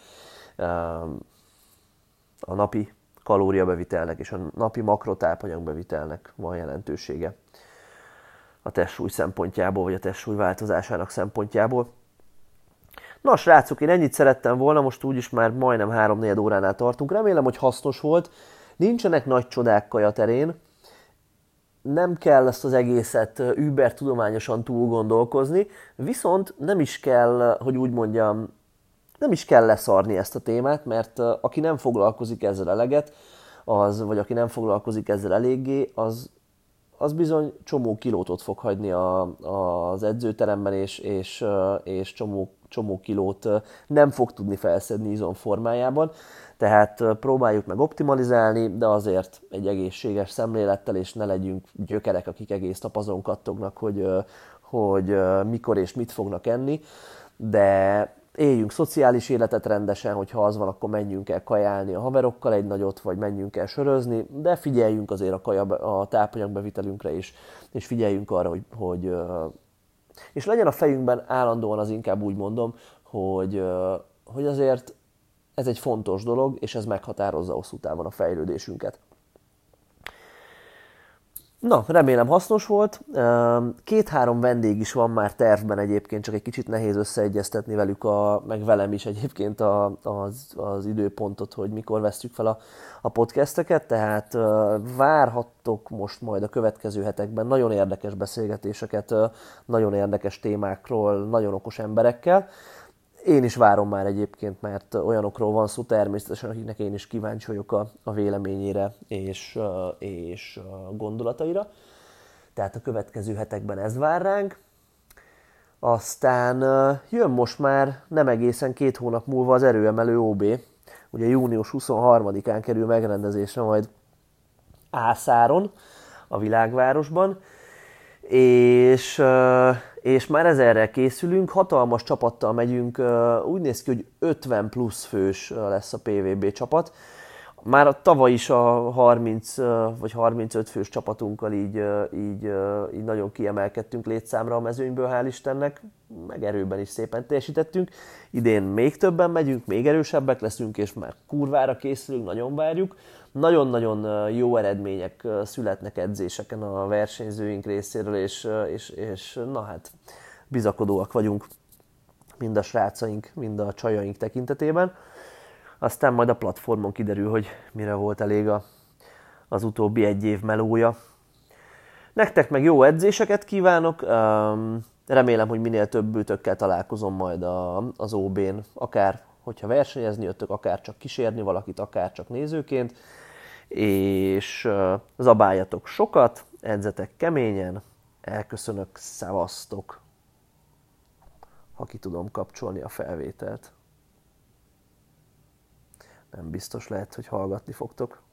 A napi kalóriabevitelnek és a napi makrotápanyagbevitelnek van jelentősége a testsúly szempontjából, vagy a testsúly változásának szempontjából. Na srácok, én ennyit szerettem volna, most úgyis már majdnem három-négy óránál tartunk. Remélem, hogy hasznos volt. Nincsenek nagy csodák kajaterén. Nem kell ezt az egészet über tudományosan túl gondolkozni, viszont nem is kell, hogy úgy mondjam, nem is kell leszarni ezt a témát, mert aki nem foglalkozik ezzel eleget, az, vagy aki nem foglalkozik ezzel eléggé, az az bizony csomó kilót ott fog hagyni a, az edzőteremben, és, és, és csomó, csomó kilót nem fog tudni felszedni izom formájában. Tehát próbáljuk meg optimalizálni, de azért egy egészséges szemlélettel, és ne legyünk gyökerek, akik egész nap azon kattognak, hogy, hogy mikor és mit fognak enni. De éljünk szociális életet rendesen, hogyha az van, akkor menjünk el kajálni a haverokkal egy nagyot, vagy menjünk el sörözni, de figyeljünk azért a, kaja, a tápanyagbevitelünkre is, és figyeljünk arra, hogy, hogy és legyen a fejünkben állandóan, az inkább úgy mondom, hogy, hogy azért ez egy fontos dolog, és ez meghatározza hosszú távon a fejlődésünket. Na, remélem hasznos volt. Két-három vendég is van már tervben egyébként, csak egy kicsit nehéz összeegyeztetni velük, a, meg velem is egyébként a, az, az időpontot, hogy mikor vesztjük fel a, a podcasteket, tehát várhattok most majd a következő hetekben nagyon érdekes beszélgetéseket, nagyon érdekes témákról, nagyon okos emberekkel. Én is várom már egyébként, mert olyanokról van szó természetesen, akiknek én is kíváncsi vagyok a, a véleményére és, és gondolataira. Tehát a következő hetekben ez vár ránk. Aztán jön most már nem egészen két hónap múlva az erőemelő ó bé. Ugye június huszonharmadikán kerül megrendezésre majd Ászáron, a világvárosban. És, és már ezerrel készülünk, hatalmas csapattal megyünk, úgy néz ki, hogy ötven plusz fős lesz a pé vé bé csapat. Már a tavaly is a harminc vagy harmincöt fős csapatunkkal így, így, így nagyon kiemelkedtünk létszámra a mezőnyből, hál' Istennek, meg erőben is szépen teljesítettünk. Idén még többen megyünk, még erősebbek leszünk, és már kurvára készülünk, nagyon várjuk. Nagyon-nagyon jó eredmények születnek edzéseken a versenyzőink részéről, és, és, és na hát bizakodóak vagyunk mind a srácaink, mind a csajaink tekintetében. Aztán majd a platformon kiderül, hogy mire volt elég a, az utóbbi egy év melója. Nektek meg jó edzéseket kívánok, remélem, hogy minél több őtökkel találkozom majd az ó bén, akár hogyha versenyezni jöttök, akár csak kísérni valakit, akár csak nézőként, és zabáljatok sokat, edzetek keményen, elköszönök, szevasztok, ha ki tudom kapcsolni a felvételt. Nem biztos, lehet, hogy hallgatni fogtok.